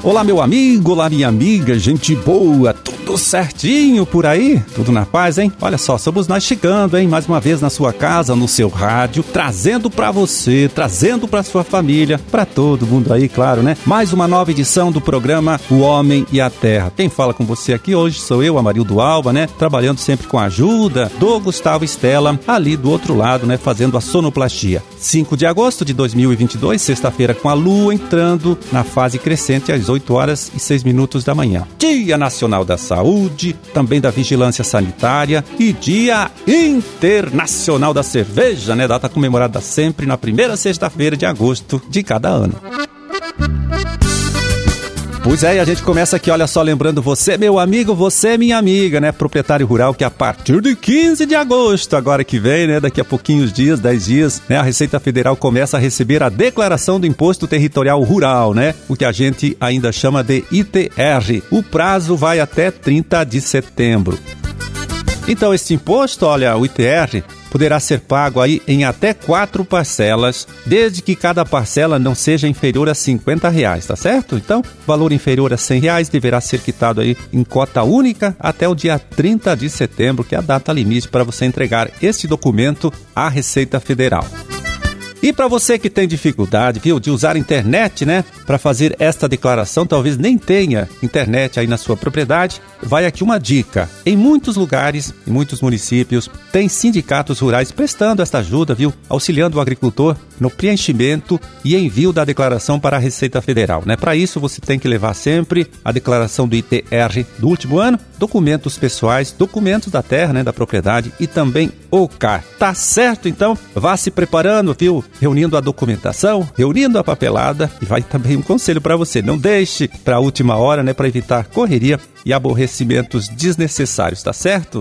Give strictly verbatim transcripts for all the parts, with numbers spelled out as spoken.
Olá, meu amigo, olá, minha amiga, gente boa, tudo certinho por aí? Tudo na paz, hein? Olha só, somos nós chegando, hein? Mais uma vez na sua casa, no seu rádio, trazendo pra você, trazendo pra sua família, pra todo mundo aí, claro, né? Mais uma nova edição do programa O Homem e a Terra. Quem fala com você aqui hoje sou eu, Amarildo Alba, né? Trabalhando sempre com a ajuda do Gustavo Estela, ali do outro lado, né? Fazendo a sonoplastia. cinco de agosto de dois mil e vinte e dois, sexta-feira, com a lua entrando na fase crescente às oito horas e seis minutos da manhã. Dia Nacional da Saúde, também da Vigilância Sanitária e Dia Internacional da Cerveja, né? Data comemorada sempre na primeira sexta-feira de agosto de cada ano. Pois é, e a gente começa aqui, olha só, lembrando você, meu amigo, você, minha amiga, né, proprietário rural, que a partir de quinze de agosto, agora que vem, né, daqui a pouquinhos dias, dez dias, né, a Receita Federal começa a receber a declaração do Imposto Territorial Rural, né, o que a gente ainda chama de I T R. O prazo vai até trinta de setembro. Então, esse imposto, olha, o I T R, poderá ser pago aí em até quatro parcelas, desde que cada parcela não seja inferior a cinquenta reais, tá certo? Então, valor inferior a cem reais deverá ser quitado aí em cota única até o dia trinta de setembro, que é a data limite para você entregar esse documento à Receita Federal. E para você que tem dificuldade, viu, de usar a internet, né, para fazer esta declaração, talvez nem tenha internet aí na sua propriedade, vai aqui uma dica. Em muitos lugares, em muitos municípios, tem sindicatos rurais prestando esta ajuda, viu, auxiliando o agricultor no preenchimento e envio da declaração para a Receita Federal, né? Para isso, você tem que levar sempre a declaração do I T R do último ano, documentos pessoais, documentos da terra, né, da propriedade e também o C A R. Tá certo, então? Vá se preparando, viu? Reunindo a documentação, reunindo a papelada, e vai também um conselho para você, não deixe para a última hora, né, para evitar correria e aborrecimentos desnecessários, tá certo?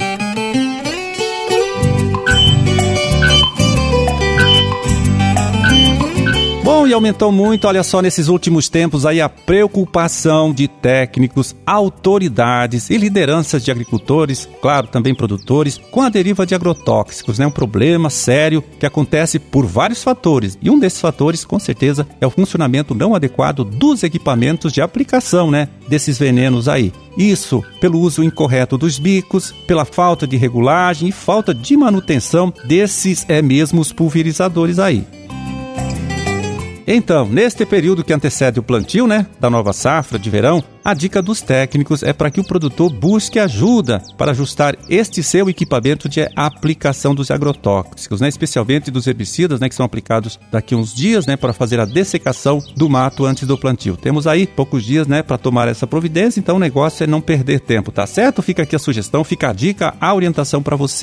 Bom, e aumentou muito, olha só, nesses últimos tempos aí a preocupação de técnicos, autoridades e lideranças de agricultores, claro, também produtores, com a deriva de agrotóxicos, né? Um problema sério que acontece por vários fatores. E um desses fatores, com certeza, é o funcionamento não adequado dos equipamentos de aplicação, né, desses venenos aí. Isso pelo uso incorreto dos bicos, pela falta de regulagem e falta de manutenção desses é, mesmos pulverizadores aí. Então, neste período que antecede o plantio, né, da nova safra de verão, a dica dos técnicos é para que o produtor busque ajuda para ajustar este seu equipamento de aplicação dos agrotóxicos, né, especialmente dos herbicidas, né, que são aplicados daqui a uns dias, né, para fazer a dessecação do mato antes do plantio. Temos aí poucos dias, né, para tomar essa providência, então o negócio é não perder tempo, tá certo? Fica aqui a sugestão, fica a dica, a orientação para você.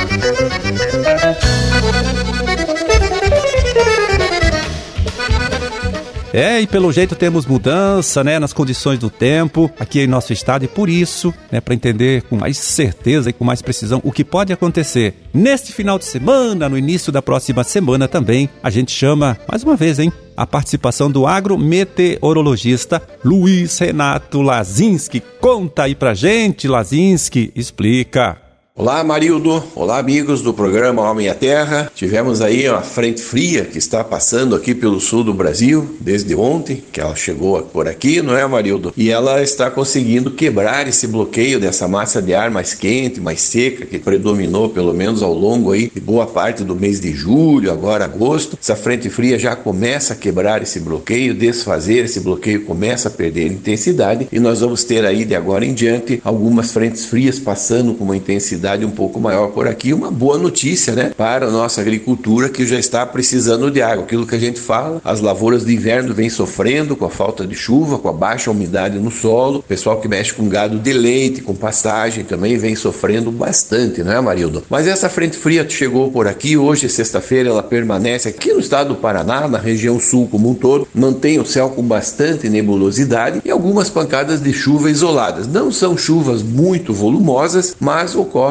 É, e pelo jeito temos mudança, né, nas condições do tempo aqui em nosso estado e por isso, né, para entender com mais certeza e com mais precisão o que pode acontecer neste final de semana, no início da próxima semana também, a gente chama, mais uma vez, hein, a participação do agrometeorologista Luiz Renato Lazinski. Conta aí pra gente, Lazinski, explica. Olá, Amarildo. Olá, amigos do programa Homem e a Terra. Tivemos aí uma frente fria que está passando aqui pelo sul do Brasil desde ontem, que ela chegou por aqui, não é, Amarildo? E ela está conseguindo quebrar esse bloqueio dessa massa de ar mais quente, mais seca, que predominou pelo menos ao longo aí de boa parte do mês de julho, agora agosto. Essa frente fria já começa a quebrar esse bloqueio, desfazer esse bloqueio, começa a perder intensidade e nós vamos ter aí de agora em diante algumas frentes frias passando com uma intensidade um pouco maior por aqui, uma boa notícia, né, para a nossa agricultura que já está precisando de água. Aquilo que a gente fala, as lavouras de inverno vêm sofrendo com a falta de chuva, com a baixa umidade no solo. O pessoal que mexe com gado de leite, com pastagem, também vem sofrendo bastante, não é, Amarildo? Mas essa frente fria chegou por aqui, hoje, sexta-feira, ela permanece aqui no estado do Paraná, na região sul como um todo, mantém o céu com bastante nebulosidade e algumas pancadas de chuva isoladas. Não são chuvas muito volumosas, mas ocorrem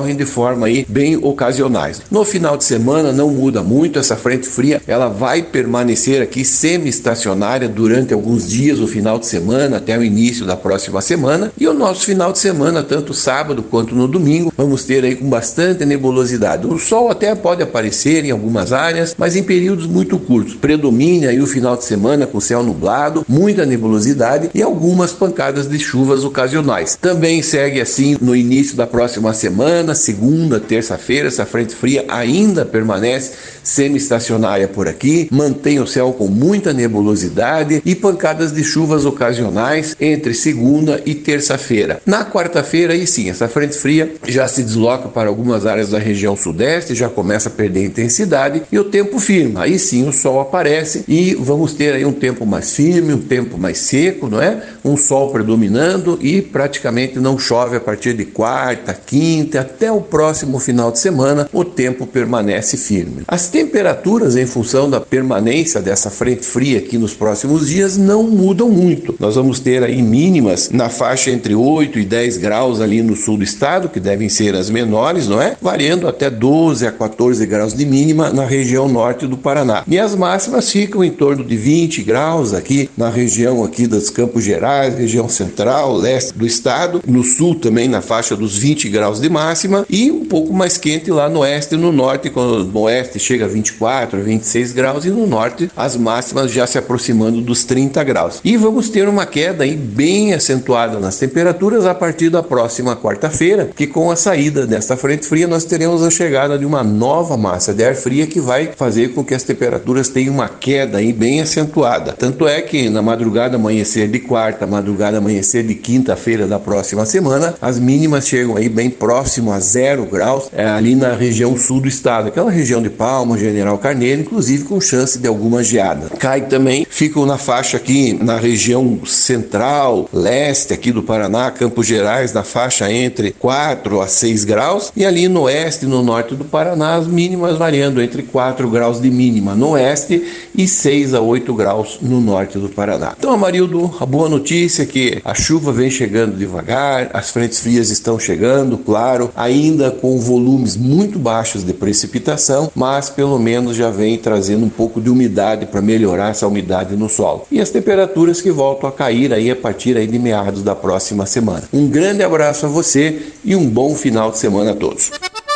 ocorrem de forma aí bem ocasionais. No final de semana não muda muito, essa frente fria ela vai permanecer aqui semi-estacionária durante alguns dias, o final de semana até o início da próxima semana, e o nosso final de semana, tanto sábado quanto no domingo, vamos ter aí com bastante nebulosidade. O sol até pode aparecer em algumas áreas, mas em períodos muito curtos. Predomina aí o final de semana com céu nublado, muita nebulosidade e algumas pancadas de chuvas ocasionais. Também segue assim no início da próxima semana, segunda, terça-feira, essa frente fria ainda permanece semi-estacionária por aqui, mantém o céu com muita nebulosidade e pancadas de chuvas ocasionais entre segunda e terça-feira. Na quarta-feira, aí sim, essa frente fria já se desloca para algumas áreas da região sudeste, já começa a perder intensidade e o tempo firma. Aí sim o sol aparece e vamos ter aí um tempo mais firme, um tempo mais seco, não é? Um sol predominando e praticamente não chove a partir de quarta, quinta, até o próximo final de semana o tempo permanece firme. As temperaturas, em função da permanência dessa frente fria aqui nos próximos dias, não mudam muito. Nós vamos ter aí mínimas na faixa entre oito e dez graus ali no sul do estado, que devem ser as menores, não é? Variando até doze a quatorze graus de mínima na região norte do Paraná. E as máximas ficam em torno de vinte graus aqui na região aqui dos Campos Gerais, região central, leste do estado, no sul também na faixa dos vinte graus de máxima e um pouco mais quente lá no oeste e no norte, quando no oeste chega a vinte e quatro, vinte e seis graus e no norte as máximas já se aproximando dos trinta graus. E vamos ter uma queda aí bem acentuada nas temperaturas a partir da próxima quarta-feira, que com a saída desta frente fria nós teremos a chegada de uma nova massa de ar fria que vai fazer com que as temperaturas tenham uma queda aí bem acentuada. Tanto é que na madrugada amanhecer de quarta, madrugada amanhecer de quinta-feira da próxima semana, as mínimas chegam aí bem próximo a zero graus, é, ali na região sul do estado, aquela região de Palma, General Carneiro, inclusive com chance de alguma geada. Cai também, ficam na faixa aqui na região central, leste aqui do Paraná, Campos Gerais, na faixa entre quatro a seis graus, e ali no oeste e no norte do Paraná, as mínimas variando entre quatro graus de mínima no oeste e seis a oito graus no norte do Paraná. Então, Amarildo, a boa notícia é que a chuva vem chegando devagar, as frentes frias estão chegando, claro, ainda com volumes muito baixos de precipitação, mas pelo menos já vem trazendo um pouco de umidade para melhorar essa umidade no solo. E as temperaturas que voltam a cair aí a partir aí de meados da próxima semana. Um grande abraço a você e um bom final de semana a todos.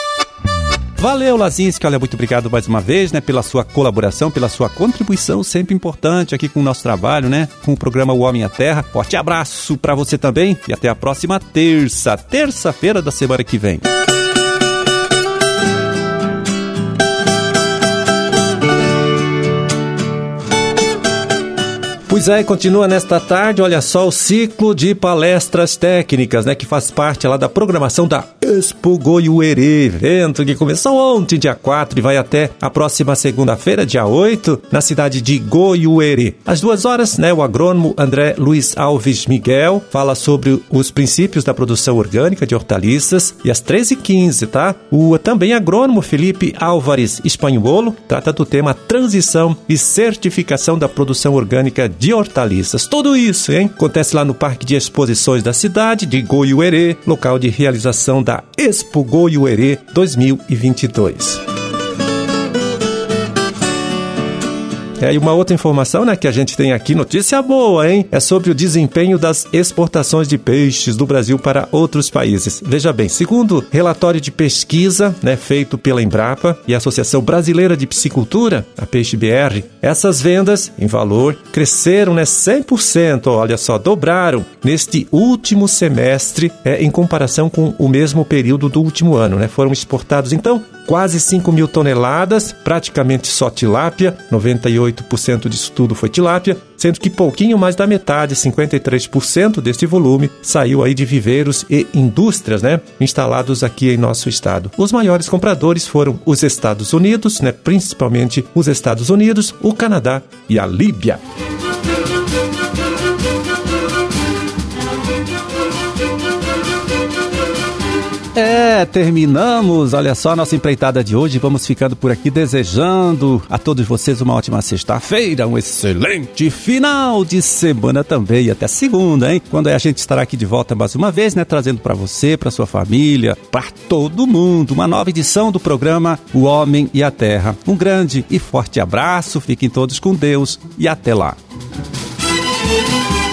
Valeu, Lazinski, olha, muito obrigado mais uma vez, né, pela sua colaboração, pela sua contribuição sempre importante aqui com o nosso trabalho, né, com o programa O Homem à Terra. Forte abraço para você também e até a próxima terça, terça-feira da semana que vem. Pois é, continua nesta tarde, olha só, o ciclo de palestras técnicas, né, que faz parte lá da programação da Expo Goiuerê, evento que começou ontem, dia quatro, e vai até a próxima segunda-feira, dia oito, na cidade de Goiuerê. Às duas horas, né, o agrônomo André Luiz Alves Miguel fala sobre os princípios da produção orgânica de hortaliças, e às treze e quinze, tá? O também agrônomo Felipe Álvares Espanholo trata do tema transição e certificação da produção orgânica de hortaliças. Tudo isso, hein? Acontece lá no Parque de Exposições da cidade de Goiuerê, local de realização da Expo Goiuerê dois mil e vinte e dois. É, e uma outra informação, né, que a gente tem aqui, notícia boa, hein? É sobre o desempenho das exportações de peixes do Brasil para outros países. Veja bem, segundo relatório de pesquisa, né, feito pela Embrapa e a Associação Brasileira de Piscicultura, a Peixe B R, essas vendas, em valor, cresceram, né, cem por cento, olha só, dobraram neste último semestre, é, em comparação com o mesmo período do último ano, né? Foram exportados, então, quase cinco mil toneladas, praticamente só tilápia, noventa e oito por cento disso tudo foi tilápia, sendo que pouquinho mais da metade, cinquenta e três por cento deste volume, saiu aí de viveiros e indústrias, né, instalados aqui em nosso estado. Os maiores compradores foram os Estados Unidos, né, principalmente os Estados Unidos, o Canadá e a Líbia. É, terminamos, olha só a nossa empreitada de hoje. Vamos ficando por aqui desejando a todos vocês uma ótima sexta-feira, um excelente final de semana também, e até segunda, hein? Quando a gente estará aqui de volta mais uma vez, né? Trazendo para você, para sua família, para todo mundo, uma nova edição do programa O Homem e a Terra. Um grande e forte abraço, fiquem todos com Deus e até lá.